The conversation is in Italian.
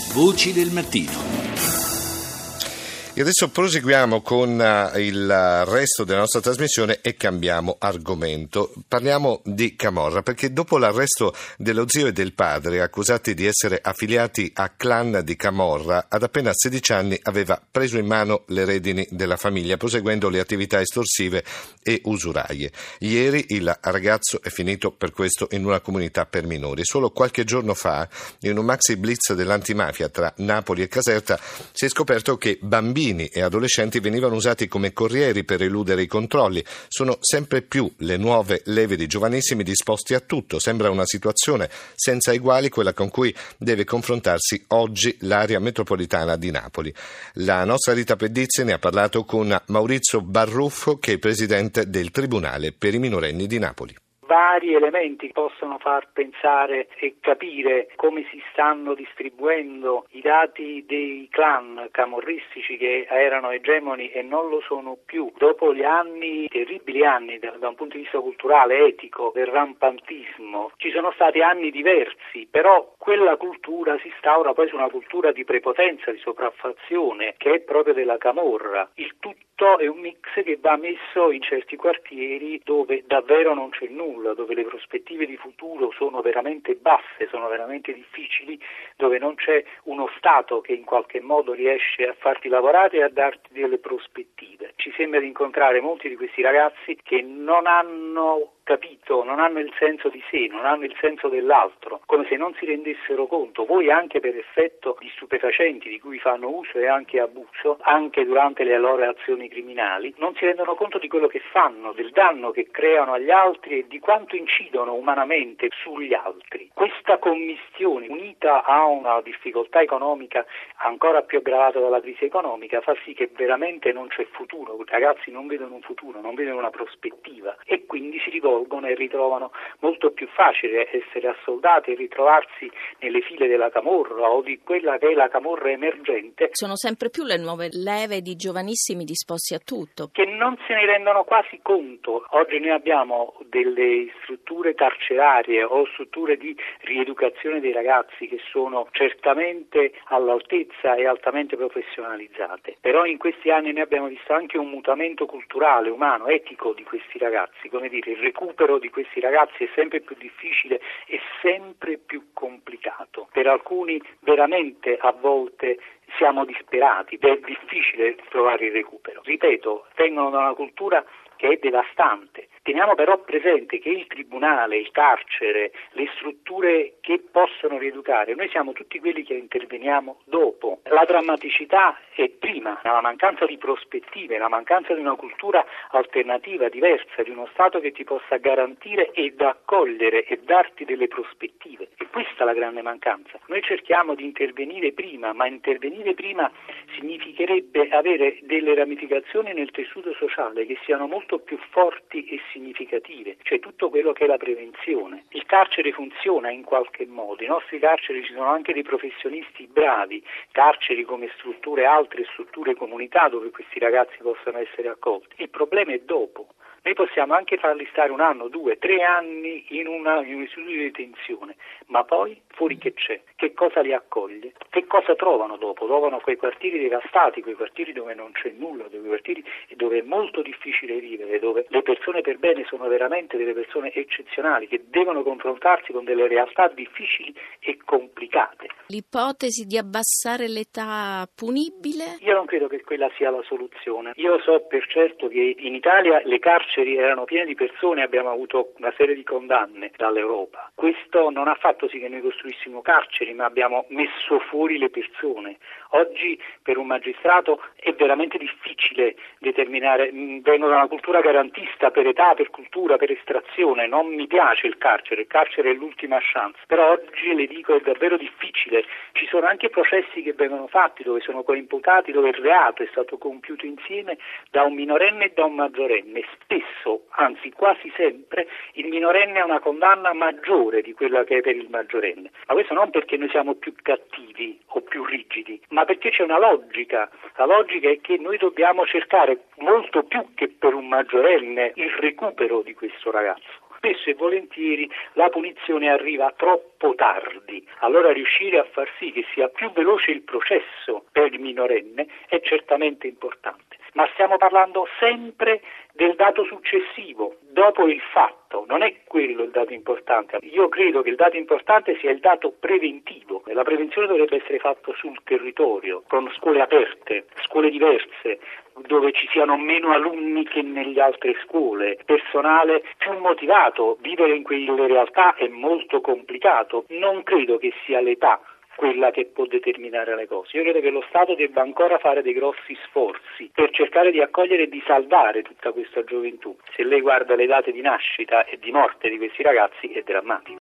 Voci del mattino. E adesso proseguiamo con il resto della nostra trasmissione e cambiamo argomento. Parliamo di Camorra, perché dopo l'arresto dello zio e del padre, accusati di essere affiliati a clan di Camorra, ad appena 16 anni aveva preso in mano le redini della famiglia, proseguendo le attività estorsive e usuraie. Ieri il ragazzo è finito per questo in una comunità per minori. Solo qualche giorno fa, in un maxi blitz dell'antimafia tra Napoli e Caserta, si è scoperto che bambini e adolescenti venivano usati come corrieri per eludere i controlli. Sono sempre più le nuove leve di giovanissimi disposti a tutto. Sembra una situazione senza eguali quella con cui deve confrontarsi oggi l'area metropolitana di Napoli. La nostra Rita Pedizzi ne ha parlato con Maurizio Barruffo, che è presidente del Tribunale per i minorenni di Napoli. Vari elementi possono far pensare e capire come si stanno distribuendo i dati dei clan camorristici che erano egemoni e non lo sono più. Dopo gli anni, terribili anni da un punto di vista culturale, etico, del rampantismo, ci sono stati anni diversi, però quella cultura si instaura poi su una cultura di prepotenza, di sopraffazione, che è proprio della camorra. Il tutto è un mix che va messo in certi quartieri dove davvero non c'è nulla, dove le prospettive di futuro sono veramente basse, sono veramente difficili, dove non c'è uno Stato che in qualche modo riesce a farti lavorare e a darti delle prospettive. Ci sembra di incontrare molti di questi ragazzi che non hanno capito, non hanno il senso di sé, non hanno il senso dell'altro, come se non si rendessero conto, voi anche per effetto di stupefacenti di cui fanno uso e anche abuso, anche durante le loro azioni criminali, non si rendono conto di quello che fanno, del danno che creano agli altri e di quanto incidono umanamente sugli altri. Questa commistione, unita a una difficoltà economica ancora più aggravata dalla crisi economica, fa sì che veramente non c'è futuro, i ragazzi non vedono un futuro, non vedono una prospettiva e quindi si rivolgono e ritrovano molto più facile essere assoldati e ritrovarsi nelle file della camorra o di quella che è la camorra emergente. Sono sempre più le nuove leve di giovanissimi disposti a tutto, che non se ne rendono quasi conto. Oggi noi abbiamo delle strutture carcerarie o strutture di rieducazione dei ragazzi che sono certamente all'altezza e altamente professionalizzate, però in questi anni noi abbiamo visto anche un mutamento culturale, umano, etico di questi ragazzi, come dire, il recupero di questi ragazzi è sempre più difficile e sempre più complicato. Per alcuni veramente a volte siamo disperati, è difficile trovare il recupero. Ripeto, vengono da una cultura che è devastante. Teniamo però presente che il tribunale, il carcere, le strutture che possono rieducare, noi siamo tutti quelli che interveniamo dopo. La drammaticità è prima, la mancanza di prospettive, la mancanza di una cultura alternativa, diversa, di uno Stato che ti possa garantire ed accogliere e darti delle prospettive. E questa è la grande mancanza. Noi cerchiamo di intervenire prima, ma intervenire prima significherebbe avere delle ramificazioni nel tessuto sociale che siano molto più forti e significative, cioè tutto quello che è la prevenzione. Il carcere funziona in qualche modo, i nostri carceri ci sono anche dei professionisti bravi, carceri come strutture, altre strutture comunità dove questi ragazzi possono essere accolti. Il problema è dopo. Noi possiamo anche farli stare 1 anno, 2, 3 anni in un istituto di detenzione, ma poi fuori che c'è? Che cosa li accoglie? Che cosa trovano dopo? Trovano quei quartieri devastati, quei quartieri dove non c'è nulla, quei quartieri dove è molto difficile vivere, dove le persone per bene sono veramente delle persone eccezionali che devono confrontarsi con delle realtà difficili e complicate. L'ipotesi di abbassare l'età punibile? Io non credo che quella sia la soluzione. Io so per certo che in Italia le carceri erano piene di persone, abbiamo avuto una serie di condanne dall'Europa. Questo non ha fatto sì che noi costruissimo carceri, ma abbiamo messo fuori le persone. Oggi per un magistrato è veramente difficile determinare, vengo da una cultura garantista per età, per cultura, per estrazione, non mi piace il carcere è l'ultima chance, però oggi le dico è davvero difficile. Ci sono anche processi che vengono fatti dove sono coimputati, dove il reato è stato compiuto insieme da un minorenne e da un maggiorenne. Spesso, anzi quasi sempre, il minorenne ha una condanna maggiore di quella che è per il maggiorenne. Ma questo non perché noi siamo più cattivi o più rigidi, ma perché c'è una logica. La logica è che noi dobbiamo cercare molto più che per un maggiorenne il recupero di questo ragazzo. spesso e volentieri la punizione arriva troppo tardi. Allora riuscire a far sì che sia più veloce il processo per il minorenne è certamente importante. Ma stiamo parlando sempre del dato successivo, dopo il fatto, non è quello il dato importante. Io credo che il dato importante sia il dato preventivo. La prevenzione dovrebbe essere fatta sul territorio, con scuole aperte, scuole diverse, dove ci siano meno alunni che nelle altre scuole, personale più motivato. Vivere in quelle realtà è molto complicato. Non credo che sia l'età quella che può determinare le cose. Io credo che lo Stato debba ancora fare dei grossi sforzi per cercare di accogliere e di salvare tutta questa gioventù. Se lei guarda le date di nascita e di morte di questi ragazzi è drammatico.